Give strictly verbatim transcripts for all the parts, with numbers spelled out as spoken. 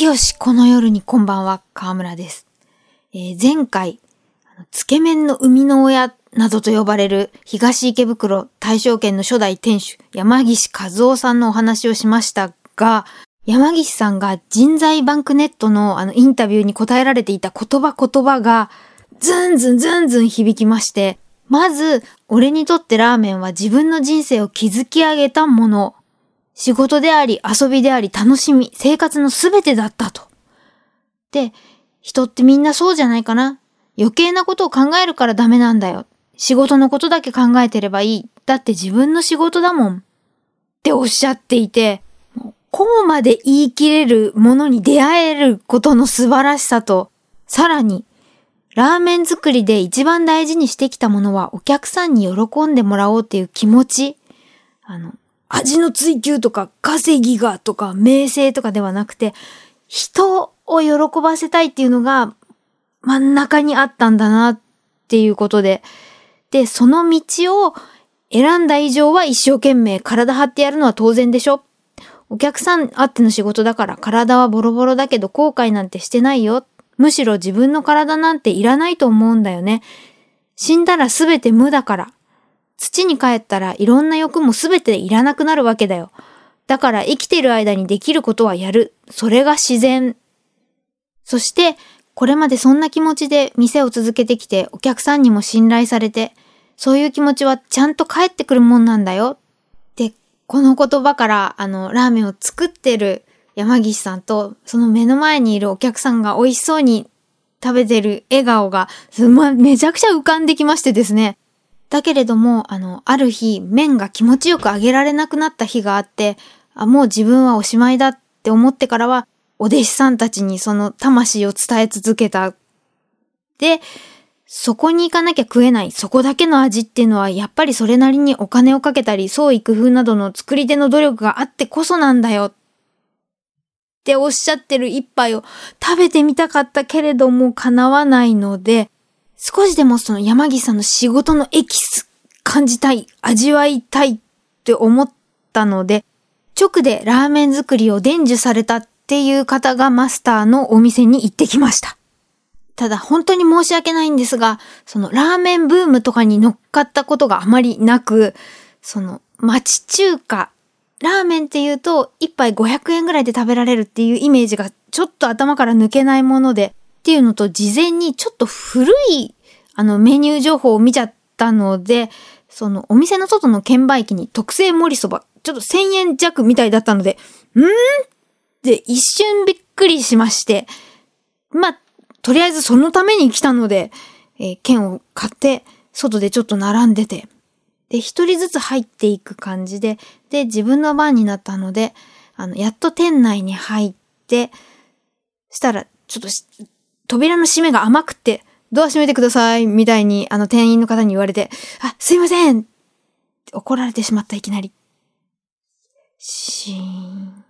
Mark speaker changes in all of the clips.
Speaker 1: 清この夜にこんばんは、川村です。えー、前回、つけ麺の生みの親などと呼ばれる東池袋大正軒の初代店主、山岸和夫さんのお話をしましたが、山岸さんが人材バンクネットのあのインタビューに答えられていた言葉言葉がズンズンズンズン響きまして、まず、俺にとってラーメンは自分の人生を築き上げたもの。仕事であり、遊びであり、楽しみ、生活のすべてだったと。で、人ってみんなそうじゃないかな。余計なことを考えるからダメなんだよ。仕事のことだけ考えてればいい。だって自分の仕事だもん。っておっしゃっていて、こうまで言い切れるものに出会えることの素晴らしさと、さらに、ラーメン作りで一番大事にしてきたものはお客さんに喜んでもらおうっていう気持ち。あの、味の追求とか稼ぎがとか名声とかではなくて、人を喜ばせたいっていうのが真ん中にあったんだなっていうことで。で、その道を選んだ以上は一生懸命体張ってやるのは当然でしょ。お客さんあっての仕事だから体はボロボロだけど後悔なんてしてないよ。むしろ自分の体なんていらないと思うんだよね。死んだらすべて無だから。土に帰ったらいろんな欲もすべていらなくなるわけだよ。だから生きてる間にできることはやる。それが自然。そして、これまでそんな気持ちで店を続けてきてお客さんにも信頼されて、そういう気持ちはちゃんと返ってくるもんなんだよ。で、この言葉から、あの、ラーメンを作ってる山岸さんと、その目の前にいるお客さんが美味しそうに食べてる笑顔が、ま、めちゃくちゃ浮かんできましてですね。だけれども、あの、ある日、麺が気持ちよく揚げられなくなった日があって、あ、もう自分はおしまいだって思ってからは、お弟子さんたちにその魂を伝え続けた。で、そこに行かなきゃ食えない、そこだけの味っていうのは、やっぱりそれなりにお金をかけたり、創意工夫などの作り手の努力があってこそなんだよ。っておっしゃってる一杯を食べてみたかったけれども叶わないので、少しでもその山岸さんの仕事のエキス感じたい、味わいたいって思ったので、直でラーメン作りを伝授されたっていう方がマスターのお店に行ってきました。ただ本当に申し訳ないんですが、そのラーメンブームとかに乗っかったことがあまりなく、その町中華、ラーメンっていうと一杯ごひゃくえんぐらいで食べられるっていうイメージがちょっと頭から抜けないもので、っていうのと事前にちょっと古いあのメニュー情報を見ちゃったので、そのお店の外の券売機に特製盛りそば、ちょっとせんえん弱みたいだったので、んーって一瞬びっくりしまして、まあ、とりあえずそのために来たので、えー、券を買って外でちょっと並んでて、で、一人ずつ入っていく感じで、で、自分の番になったので、あの、やっと店内に入って、したら、ちょっと扉の閉めが甘くて、ドア閉めてください、みたいに、あの、店員の方に言われて、あ、すいませんって怒られてしまった、いきなり。シーン。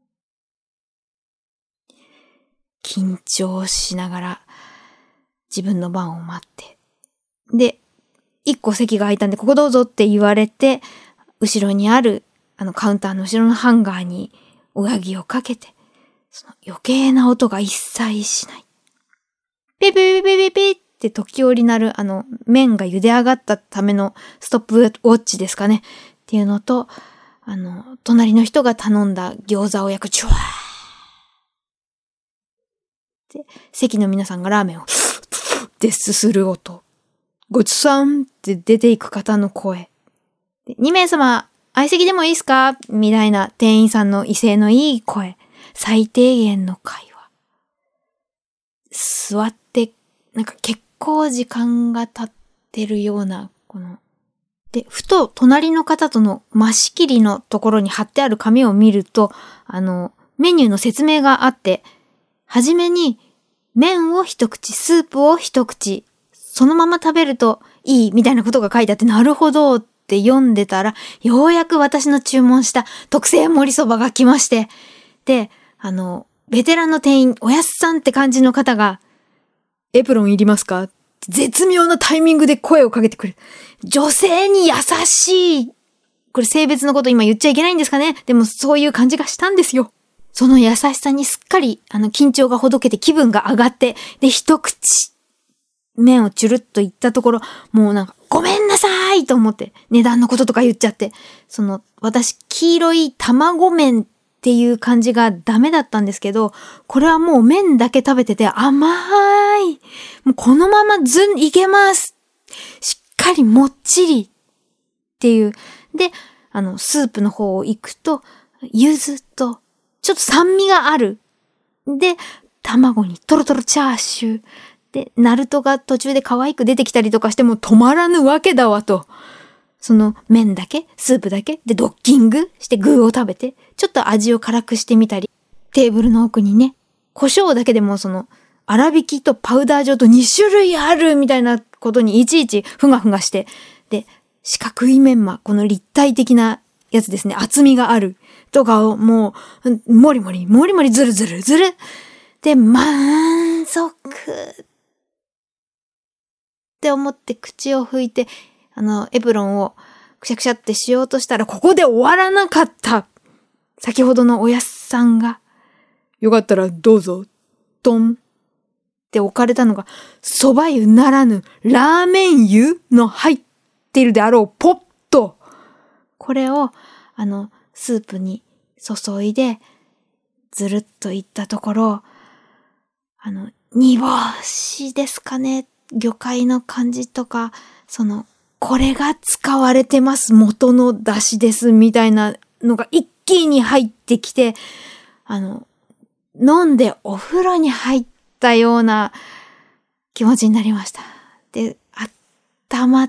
Speaker 1: 緊張しながら、自分の番を待って。で、一個席が空いたんで、ここどうぞって言われて、後ろにある、あの、カウンターの後ろのハンガーに上着をかけて、その余計な音が一切しない。ピピピピピピって時折鳴るあの麺が茹で上がったためのストップウォッチですかねっていうのと、あの隣の人が頼んだ餃子を焼くチュワーって席の皆さんがラーメンをってすする音、ごちそうさんって出ていく方の声で、にめい様相席でもいいですかみたいな店員さんの威勢のいい声、最低限の会話、座ってなんか結構時間が経ってるような、この、で、ふと隣の方との真仕切りのところに貼ってある紙を見ると、あの、メニューの説明があって、はじめに麺を一口、スープを一口、そのまま食べるといいみたいなことが書いてあって、なるほどって読んでたら、ようやく私の注文した特製盛りそばが来まして、で、あの、ベテランの店員、おやすさんって感じの方が、エプロンいりますか？絶妙なタイミングで声をかけてくる。女性に優しい。これ性別のこと今言っちゃいけないんですかね？でもそういう感じがしたんですよ。 その優しさにすっかり、あの、緊張がほどけて気分が上がって、で、一口、麺をチュルッと言ったところ、もうなんか、ごめんなさいと思って、値段のこととか言っちゃって、その、私、黄色い卵麺っていう感じがダメだったんですけど、これはもう麺だけ食べてて甘い。もうこのままずんいけます。しっかりもっちりっていう。で、あの、スープの方を行くと、柚子と、ちょっと酸味がある。で、卵にトロトロチャーシュー。で、ナルトが途中で可愛く出てきたりとかしても止まらぬわけだわと。その麺だけ、スープだけ、でドッキングして具を食べて、ちょっと味を辛くしてみたり、テーブルの奥にね、胡椒だけでもその、粗挽きとパウダー状とに種類あるみたいなことにいちいちふがふがして、で、四角いメンマ、この立体的なやつですね、厚みがあるとかをもう、もりもり、もりもりずるずるずる。で、満足。って思って口を拭いて、あの、エプロンをくしゃくしゃってしようとしたら、ここで終わらなかった。先ほどのおやっさんが、よかったらどうぞ、トンって置かれたのが、蕎麦湯ならぬラーメン湯の入っているであろうポット。これを、あの、スープに注いで、ずるっといったところ、あの、煮干しですかね。魚介の感じとか、その、これが使われてます、元の出汁です、みたいなのが一気に入ってきて、あの、飲んでお風呂に入ったような気持ちになりました。で、温まって、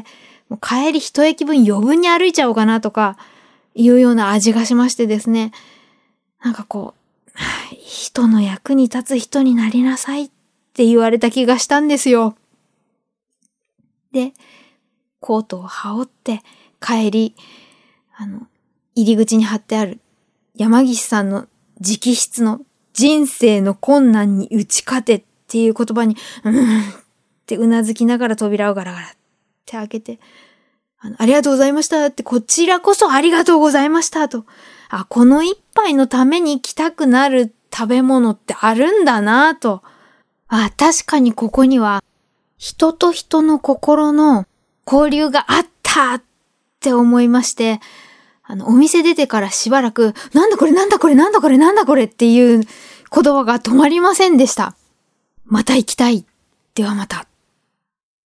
Speaker 1: もう帰り一駅分余分に歩いちゃおうかなとか、いうような味がしましてですね、なんかこう、人の役に立つ人になりなさいって言われた気がしたんですよ。で、コートを羽織って帰り、あの、入り口に貼ってある山岸さんの直筆の人生の困難に打ち勝てっていう言葉に、うーんってうなずきながら扉をガラガラって開けて、あの、ありがとうございましたって、こちらこそありがとうございましたと、あ、この一杯のために来たくなる食べ物ってあるんだなと、あ、確かにここには人と人の心の交流があったって思いまして、あの、お店出てからしばらく、なんだこれなんだこれなんだこれなんだこれっていう言葉が止まりませんでした。また行きたい。ではまた。